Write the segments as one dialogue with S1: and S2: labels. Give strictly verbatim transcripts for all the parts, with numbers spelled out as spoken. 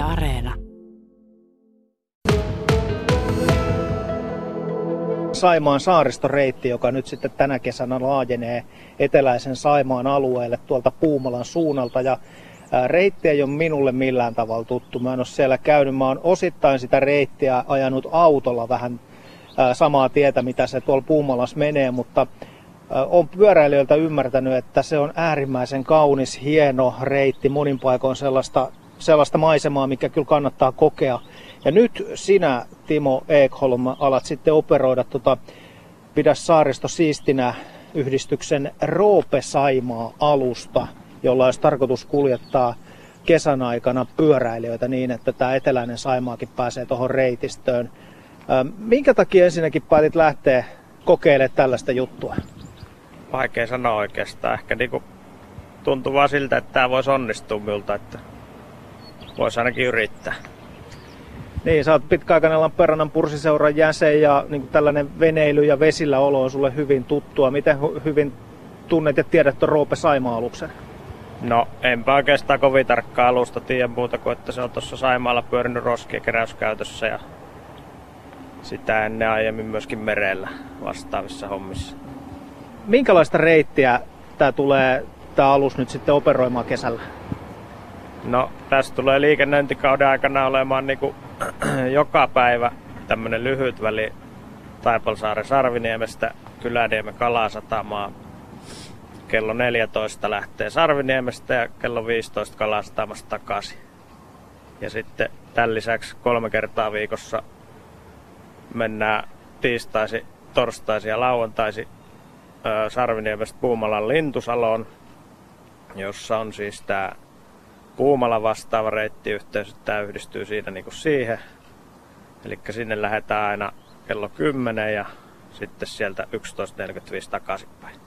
S1: Areena.
S2: Saimaan saaristoreitti, joka nyt sitten tänä kesänä laajenee eteläisen Saimaan alueelle tuolta Puumalan suunnalta. Ja reitti ei ole minulle millään tavalla tuttu. Mä en ole siellä käynyt. Mä oon osittain sitä reittiä ajanut autolla vähän samaa tietä, mitä se tuolla Puumalassa menee, mutta olen pyöräilijöiltä ymmärtänyt, että se on äärimmäisen kaunis, hieno reitti. Monin paikoin sellaista, sellaista maisemaa, mikä kyllä kannattaa kokea. Ja nyt sinä, Timo Ekholm, alat sitten operoida tuota Pidä saaristo siistinä -yhdistyksen Roope Saimaa-alusta, jolla olisi tarkoitus kuljettaa kesän aikana pyöräilijöitä niin, että tämä eteläinen Saimaakin pääsee tuohon reitistöön. Minkä takia ensinnäkin päätit lähteä kokeilemaan tällaista juttua?
S3: Vaikea sanoa oikeastaan. Ehkä niinku tuntuu vaan siltä, että tämä voisi onnistua minulta, että voisi ainakin yrittää.
S2: Niin, sä oot pitkäaikainen Lappeenrannan Pursiseuran jäsen ja niin tällainen veneily ja vesillä olo on sulle hyvin tuttua. Miten hyvin tunnet ja tiedät tuon Roope Saimaa-aluksen?
S3: No, enpä oikeastaan kovin tarkkaa alusta tiedä muuta kuin, että se on tuossa Saimaalla pyörinyt roskien keräyskäytössä ja sitä ennen aiemmin myöskin merellä vastaavissa hommissa.
S2: Minkälaista reittiä tää tulee tää alus nyt sitten operoimaan kesällä?
S3: No, tässä tulee liikennöintikauden aikana olemaan niinku joka päivä tämmönen lyhyt väli Taipalsaaren Sarviniemestä Kyläniemen Kalasatamaan. Kello neljätoista lähtee Sarviniemestä ja kello viisitoista Kalasatamasta takaisin. Ja sitten tämän lisäksi kolme kertaa viikossa mennään tiistaisi, torstaisi ja lauantaisi Sarviniemestä Puumalan Lintusaloon, jossa on siis tää Puumalan vastaava reittiyhteys, tämä yhdistyy siinä niinku siihen. Eli sinne lähdetään aina kello kymmenen ja sitten sieltä yksitoista neljäkymmentäviisi takaisinpäin.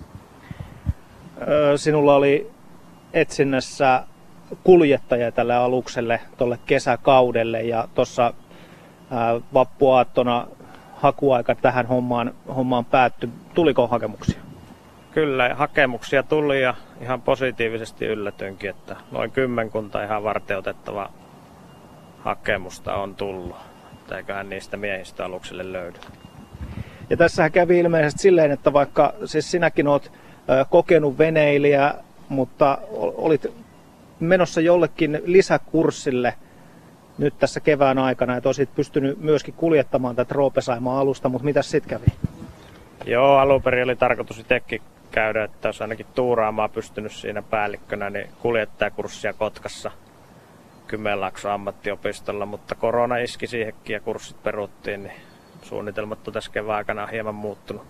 S2: Sinulla oli etsinnässä kuljettaja tälle alukselle tuolle kesäkaudelle ja tuossa vappuaattona hakuaika tähän hommaan, hommaan päättyi. Tuliko hakemuksia?
S3: Kyllä, hakemuksia tuli ja ihan positiivisesti yllätyinkin, että noin kymmenkunta ihan varteutettava hakemusta on tullut. Että eiköhän niistä miehistä alukselle löydy.
S2: Ja tässähän kävi ilmeisesti silleen, että vaikka siis sinäkin olet kokenut veneilijä, mutta olit menossa jollekin lisäkurssille nyt tässä kevään aikana, että olisit pystynyt myöskin kuljettamaan tätä Roope Saimaa-alusta, mutta mitäs sitten kävi?
S3: Joo, alun perin oli tarkoitus itsekin käydä, että olisi ainakin tuuraamaan pystynyt siinä päällikkönä, niin kuljettajakurssia Kotkassa Kymenlaakson ammattiopistolla, mutta korona iski siihenkin ja kurssit peruttiin, niin suunnitelmat on tässä kevään aikana hieman muuttunut.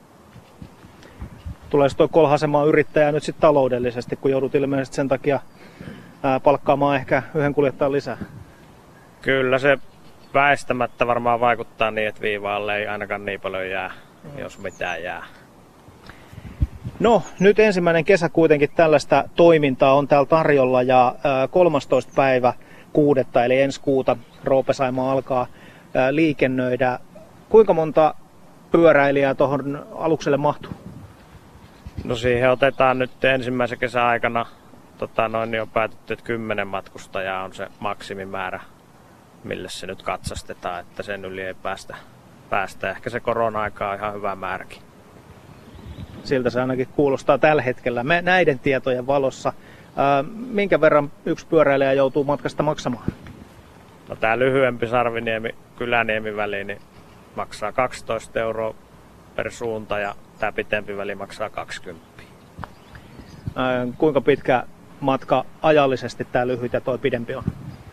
S2: Tulee tuo kolhaisemaan yrittäjä nyt sitten taloudellisesti, kun joudut ilmeisesti sen takia ää, palkkaamaan ehkä yhden kuljettajan lisää?
S3: Kyllä se väistämättä varmaan vaikuttaa niin, että viivaalle ei ainakaan niin paljon jää, jos mitään jää.
S2: No, nyt ensimmäinen kesä kuitenkin tällaista toimintaa on täällä tarjolla ja kolmastoista päivä kuudetta eli ensi kuuta Roope Saimaa alkaa liikennöidä. Kuinka monta pyöräilijää tuohon alukselle mahtuu?
S3: No siihen otetaan nyt ensimmäisen kesän aikana, tota noin, niin on päätetty, että kymmenen matkustajaa on se maksimimäärä, mille se nyt katsastetaan, että sen yli ei päästä. päästä. Ehkä se korona-aika on ihan hyvä määräkin.
S2: Siltä se ainakin kuulostaa tällä hetkellä. Me näiden tietojen valossa, ää, minkä verran yksi pyöräilijä joutuu matkasta maksamaan?
S3: No tää lyhyempi Sarviniemi Kyläniemi väli niin maksaa kaksitoista euroa per suunta ja tää pitempi väli maksaa kaksikymmentä.
S2: Ää, kuinka pitkä matka ajallisesti tää lyhyt ja toi pidempi on?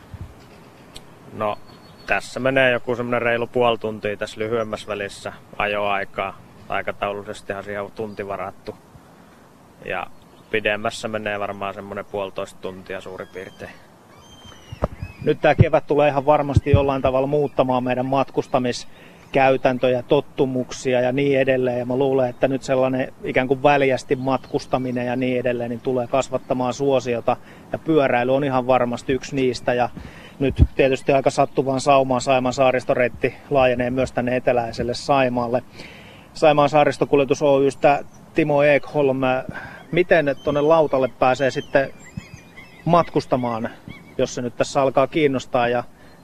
S3: No tässä menee joku semmoinen reilu puoli tuntia tässä lyhyemmässä välissä ajoaikaa. Aikataulullisestihan siihen on tunti varattu. Ja pidemmässä menee varmaan semmoinen puolitoista tuntia suurin piirtein.
S2: Nyt tämä kevät tulee ihan varmasti jollain tavalla muuttamaan meidän matkustamiskäytäntöjä, tottumuksia ja niin edelleen. Ja mä luulen, että nyt sellainen ikään kuin väljästi matkustaminen ja niin edelleen niin tulee kasvattamaan suosiota. Ja pyöräily on ihan varmasti yksi niistä. Ja nyt tietysti aika sattuvaan saumaan Saimaan saaristoreitti laajenee myös tänne eteläiselle Saimaalle. Saimaan saaristokuljetus Oy:stä Timo Ekholm, miten tuonne lautalle pääsee sitten matkustamaan, jos se nyt tässä alkaa kiinnostaa ja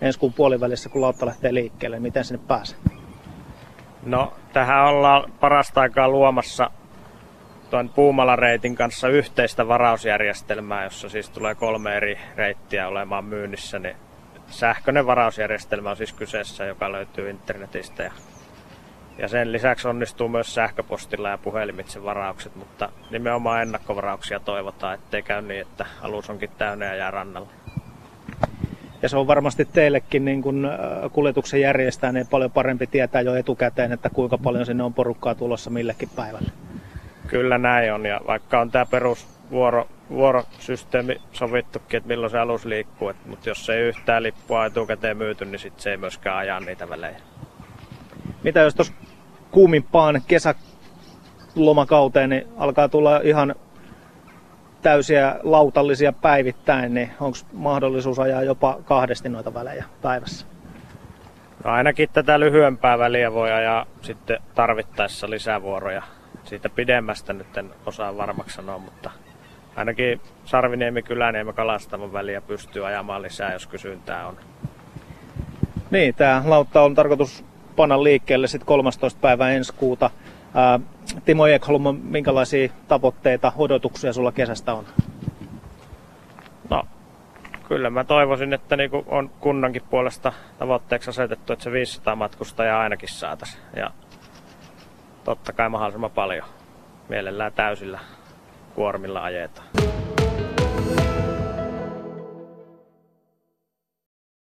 S2: ensi kuun puolivälissä, kun lautta lähtee liikkeelle. Miten sinne pääsee?
S3: No, tähän ollaan parasta aikaa luomassa tuon Puumala-reitin kanssa yhteistä varausjärjestelmää, jossa siis tulee kolme eri reittiä olemaan myynnissä. Niin sähköinen varausjärjestelmä on siis kyseessä, joka löytyy internetistä. Ja, ja sen lisäksi onnistuu myös sähköpostilla ja puhelimitse varaukset, mutta nimenomaan ennakkovarauksia toivotaan, ettei käy niin, että alus onkin täynnä ja jää rannalle.
S2: Ja se on varmasti teillekin niin kun kuljetuksen järjestää, niin paljon parempi tietää jo etukäteen, että kuinka paljon sinne on porukkaa tulossa millekin päivälle.
S3: Kyllä näin on, ja vaikka on tämä perusvuoro, vuorosysteemi sovittukin, että milloin se alus liikkuu, et, mutta jos ei yhtään lippua etukäteen myyty, niin sit se ei myöskään ajaa niitä välejä.
S2: Mitä jos tuossa kuumimpaan kesälomakauteen niin alkaa tulla ihan täysiä lautallisia päivittäin, niin onko mahdollisuus ajaa jopa kahdesti noita välejä päivässä?
S3: No ainakin tätä lyhyempää väliä voi ajaa sitten tarvittaessa lisävuoroja. Siitä pidemmästä nyt en osaa varmaksi sanoa, mutta ainakin Sarviniemi, Kyläniemi, Kalastamon väliä pystyy ajamaan lisää, jos kysyntää on.
S2: Niin, tämä lautta on tarkoitus panna liikkeelle sitten kolmastoista päivä ensi kuuta. Ää, Timo Ekholm, minkälaisia tavoitteita, odotuksia sulla kesästä on?
S3: No, kyllä mä toivoisin, että niinku on kunnankin puolesta tavoitteeksi asetettu, että se viisisataa matkustajaa ainakin saataisiin. Ja totta kai mahdollisimman paljon. Mielellään täysillä kuormilla ajetaan.